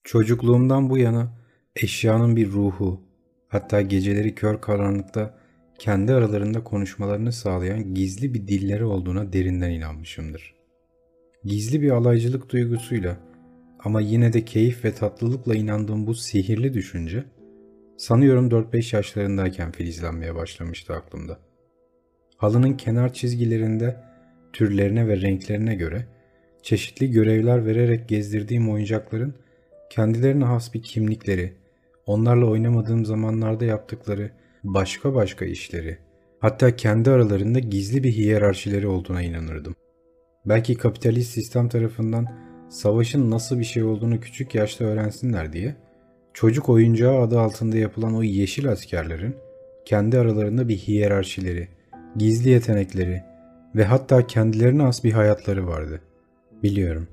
Çocukluğumdan bu yana eşyanın bir ruhu, hatta geceleri kör karanlıkta kendi aralarında konuşmalarını sağlayan gizli bir dilleri olduğuna derinden inanmışımdır. Gizli bir alaycılık duygusuyla ama yine de keyif ve tatlılıkla inandığım bu sihirli düşünce, sanıyorum 4-5 yaşlarındayken filizlenmeye başlamıştı aklımda. Halının kenar çizgilerinde türlerine ve renklerine göre çeşitli görevler vererek gezdirdiğim oyuncakların kendilerine has bir kimlikleri, onlarla oynamadığım zamanlarda yaptıkları başka başka işleri, hatta kendi aralarında gizli bir hiyerarşileri olduğuna inanırdım. Belki kapitalist sistem tarafından savaşın nasıl bir şey olduğunu küçük yaşta öğrensinler diye, çocuk oyuncağı adı altında yapılan o yeşil askerlerin kendi aralarında bir hiyerarşileri, gizli yetenekleri ve hatta kendilerine has bir hayatları vardı. Biliyorum.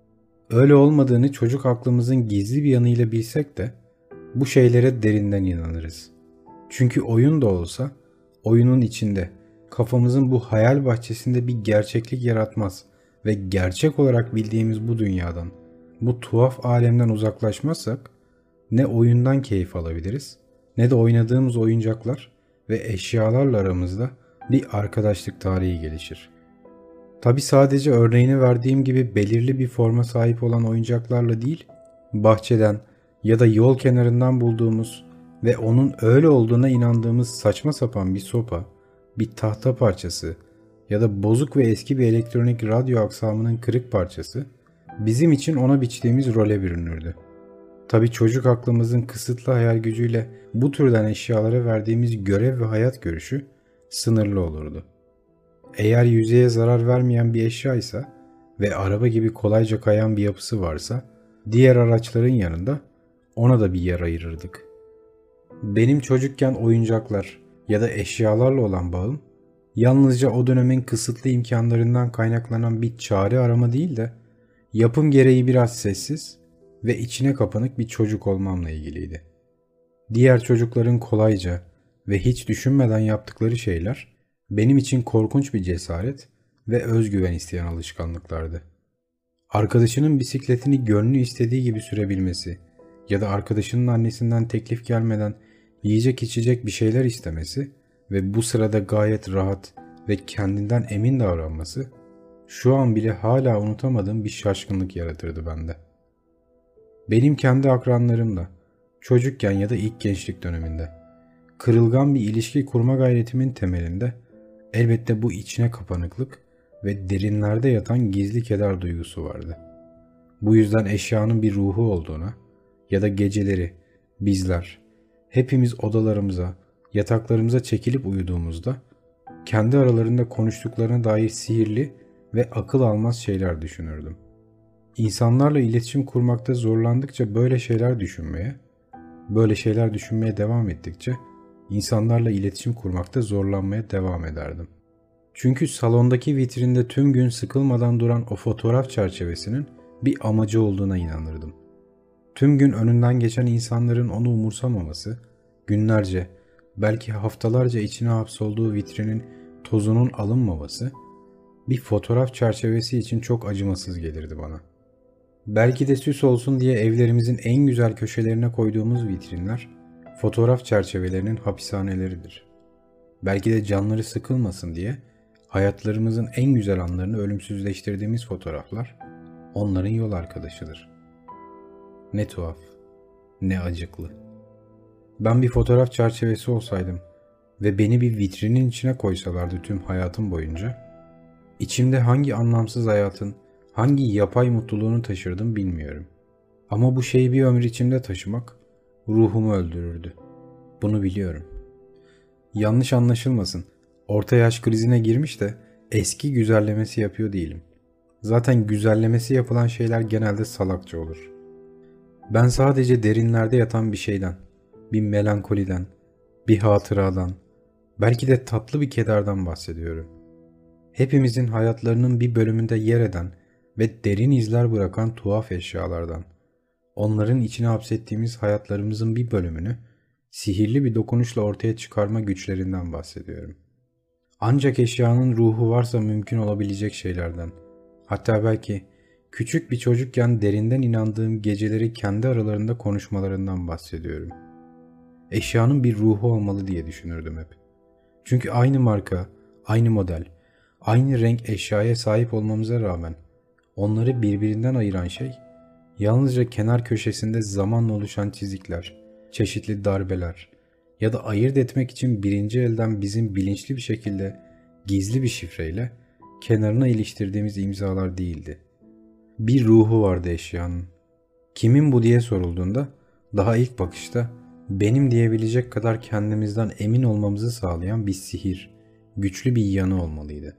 Öyle olmadığını çocuk aklımızın gizli bir yanıyla bilsek de bu şeylere derinden inanırız. Çünkü oyun da olsa oyunun içinde, kafamızın bu hayal bahçesinde bir gerçeklik yaratmaz ve gerçek olarak bildiğimiz bu dünyadan, bu tuhaf alemden uzaklaşmazsak ne oyundan keyif alabiliriz ne de oynadığımız oyuncaklar ve eşyalarla aramızda bir arkadaşlık tarihi gelişir. Tabi sadece örneğini verdiğim gibi belirli bir forma sahip olan oyuncaklarla değil, bahçeden ya da yol kenarından bulduğumuz ve onun öyle olduğuna inandığımız saçma sapan bir sopa, bir tahta parçası ya da bozuk ve eski bir elektronik radyo aksamının kırık parçası bizim için ona biçtiğimiz role bürünürdü. Tabi çocuk aklımızın kısıtlı hayal gücüyle bu türden eşyalara verdiğimiz görev ve hayat görüşü sınırlı olurdu. Eğer yüzeye zarar vermeyen bir eşyaysa ve araba gibi kolayca kayan bir yapısı varsa diğer araçların yanında ona da bir yer ayırırdık. Benim çocukken oyuncaklar ya da eşyalarla olan bağım yalnızca o dönemin kısıtlı imkanlarından kaynaklanan bir çare arama değil de yapım gereği biraz sessiz ve içine kapanık bir çocuk olmamla ilgiliydi. Diğer çocukların kolayca ve hiç düşünmeden yaptıkları şeyler benim için korkunç bir cesaret ve özgüven isteyen alışkanlıklardı. Arkadaşının bisikletini gönlü istediği gibi sürebilmesi ya da arkadaşının annesinden teklif gelmeden yiyecek içecek bir şeyler istemesi ve bu sırada gayet rahat ve kendinden emin davranması şu an bile hala unutamadığım bir şaşkınlık yaratırdı bende. Benim kendi akranlarımla çocukken ya da ilk gençlik döneminde kırılgan bir ilişki kurma gayretimin temelinde elbette bu içine kapanıklık ve derinlerde yatan gizli keder duygusu vardı. Bu yüzden eşyanın bir ruhu olduğuna ya da geceleri bizler hepimiz odalarımıza, yataklarımıza çekilip uyuduğumuzda kendi aralarında konuştuklarına dair sihirli ve akıl almaz şeyler düşünürdüm. İnsanlarla iletişim kurmakta zorlandıkça böyle şeyler düşünmeye devam ettikçe insanlarla iletişim kurmakta zorlanmaya devam ederdim. Çünkü salondaki vitrinde tüm gün sıkılmadan duran o fotoğraf çerçevesinin bir amacı olduğuna inanırdım. Tüm gün önünden geçen insanların onu umursamaması, günlerce, belki haftalarca içine hapsolduğu vitrinin tozunun alınmaması, bir fotoğraf çerçevesi için çok acımasız gelirdi bana. Belki de süs olsun diye evlerimizin en güzel köşelerine koyduğumuz vitrinler, fotoğraf çerçevelerinin hapishaneleridir. Belki de canları sıkılmasın diye hayatlarımızın en güzel anlarını ölümsüzleştirdiğimiz fotoğraflar onların yol arkadaşıdır. Ne tuhaf, ne acıklı. Ben bir fotoğraf çerçevesi olsaydım ve beni bir vitrinin içine koysalardı tüm hayatım boyunca, içimde hangi anlamsız hayatın, hangi yapay mutluluğunu taşırdım bilmiyorum. Ama bu şeyi bir ömür içimde taşımak ruhumu öldürürdü. Bunu biliyorum. Yanlış anlaşılmasın. Orta yaş krizine girmiş de eski güzellemesi yapıyor değilim. Zaten güzellemesi yapılan şeyler genelde salakça olur. Ben sadece derinlerde yatan bir şeyden, bir melankoliden, bir hatıradan, belki de tatlı bir kederden bahsediyorum. Hepimizin hayatlarının bir bölümünde yer eden ve derin izler bırakan tuhaf eşyalardan, onların içine hapsettiğimiz hayatlarımızın bir bölümünü sihirli bir dokunuşla ortaya çıkarma güçlerinden bahsediyorum. Ancak eşyanın ruhu varsa mümkün olabilecek şeylerden, hatta belki Küçük bir çocukken derinden inandığım geceleri kendi aralarında konuşmalarından bahsediyorum. Eşyanın bir ruhu olmalı diye düşünürdüm hep. Çünkü aynı marka, aynı model, aynı renk eşyaya sahip olmamıza rağmen onları birbirinden ayıran şey yalnızca kenar köşesinde zamanla oluşan çizikler, çeşitli darbeler ya da ayırt etmek için birinci elden bizim bilinçli bir şekilde gizli bir şifreyle kenarına iliştirdiğimiz imzalar değildi. Bir ruhu vardı eşyanın. Kimin bu diye sorulduğunda daha ilk bakışta benim diyebilecek kadar kendimizden emin olmamızı sağlayan bir sihir, güçlü bir yanı olmalıydı.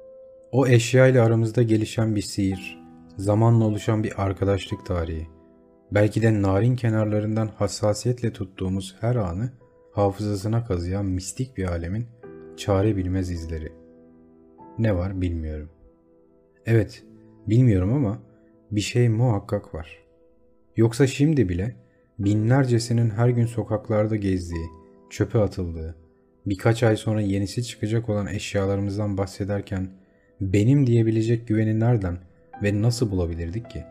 O eşya ile aramızda gelişen bir sihir, zamanla oluşan bir arkadaşlık tarihi, belki de narin kenarlarından hassasiyetle tuttuğumuz her anı hafızasına kazıyan mistik bir alemin çare bilmez izleri. Ne var bilmiyorum. Evet, bilmiyorum ama bir şey muhakkak var. Yoksa şimdi bile binlercesinin her gün sokaklarda gezdiği, çöpe atıldığı, birkaç ay sonra yenisi çıkacak olan eşyalarımızdan bahsederken benim diyebilecek güveni nereden ve nasıl bulabilirdik ki?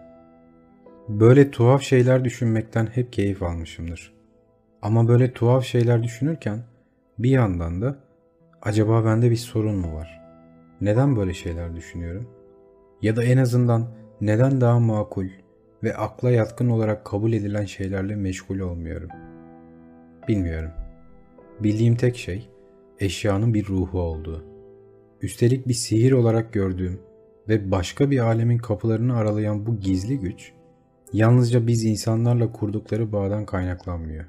Böyle tuhaf şeyler düşünmekten hep keyif almışımdır. Ama böyle tuhaf şeyler düşünürken bir yandan da acaba bende bir sorun mu var? Neden böyle şeyler düşünüyorum? Ya da en azından neden daha makul ve akla yatkın olarak kabul edilen şeylerle meşgul olmuyorum? Bilmiyorum. Bildiğim tek şey eşyanın bir ruhu olduğu. Üstelik bir sihir olarak gördüğüm ve başka bir alemin kapılarını aralayan bu gizli güç yalnızca biz insanlarla kurdukları bağdan kaynaklanmıyor.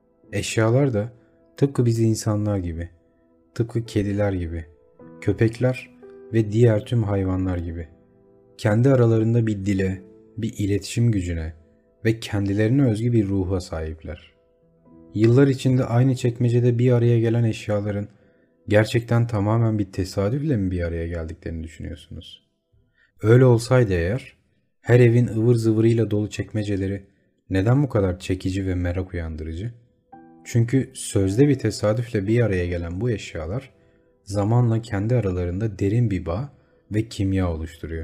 Eşyalar da tıpkı biz insanlar gibi, tıpkı kediler gibi, köpekler ve diğer tüm hayvanlar gibi kendi aralarında bir dile, bir iletişim gücüne ve kendilerine özgü bir ruha sahipler. Yıllar içinde aynı çekmecede bir araya gelen eşyaların gerçekten tamamen bir tesadüfle mi bir araya geldiklerini düşünüyorsunuz? Öyle olsaydı eğer, her evin ıvır zıvırıyla dolu çekmeceleri neden bu kadar çekici ve merak uyandırıcı? Çünkü sözde bir tesadüfle bir araya gelen bu eşyalar zamanla kendi aralarında derin bir bağ ve kimya oluşturuyor.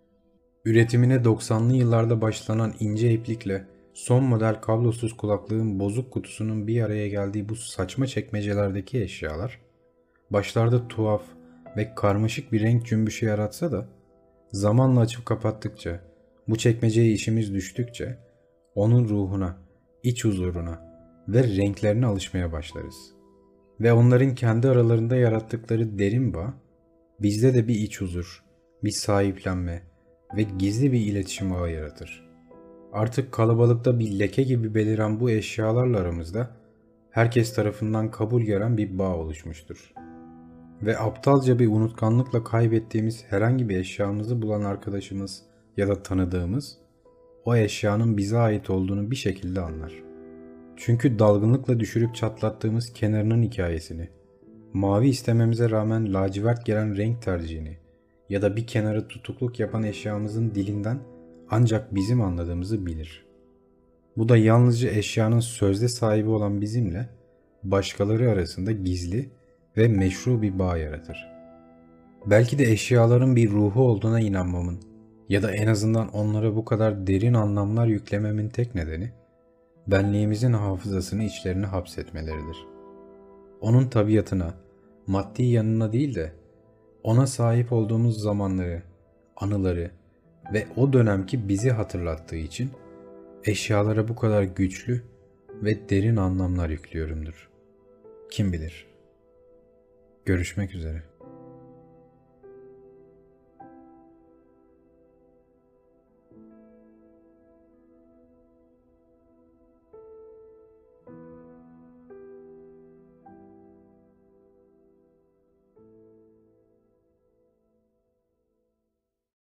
Üretimine 90'lı yıllarda başlanan ince iplikle son model kablosuz kulaklığın bozuk kutusunun bir araya geldiği bu saçma çekmecelerdeki eşyalar, başlarda tuhaf ve karmaşık bir renk cümbüşü yaratsa da zamanla açıp kapattıkça, bu çekmeceye işimiz düştükçe onun ruhuna, iç huzuruna ve renklerine alışmaya başlarız. Ve onların kendi aralarında yarattıkları derin bağ bizde de bir iç huzur, bir sahiplenme ve gizli bir iletişim ağı yaratır. Artık kalabalıkta bir leke gibi beliren bu eşyalarla aramızda herkes tarafından kabul gören bir bağ oluşmuştur. Ve aptalca bir unutkanlıkla kaybettiğimiz herhangi bir eşyamızı bulan arkadaşımız ya da tanıdığımız o eşyanın bize ait olduğunu bir şekilde anlar. Çünkü dalgınlıkla düşürüp çatlattığımız kenarının hikayesini, mavi istememize rağmen lacivert gelen renk tercihini ya da bir kenarı tutukluk yapan eşyamızın dilinden ancak bizim anladığımızı bilir. Bu da yalnızca eşyanın sözde sahibi olan bizimle başkaları arasında gizli ve meşru bir bağ yaratır. Belki de eşyaların bir ruhu olduğuna inanmamın ya da en azından onlara bu kadar derin anlamlar yüklememin tek nedeni benliğimizin hafızasını içlerine hapsetmeleridir. Onun tabiatına, maddi yanına değil de ona sahip olduğumuz zamanları, anıları ve o dönemki bizi hatırlattığı için eşyalara bu kadar güçlü ve derin anlamlar yüklüyorumdur. Kim bilir? Görüşmek üzere.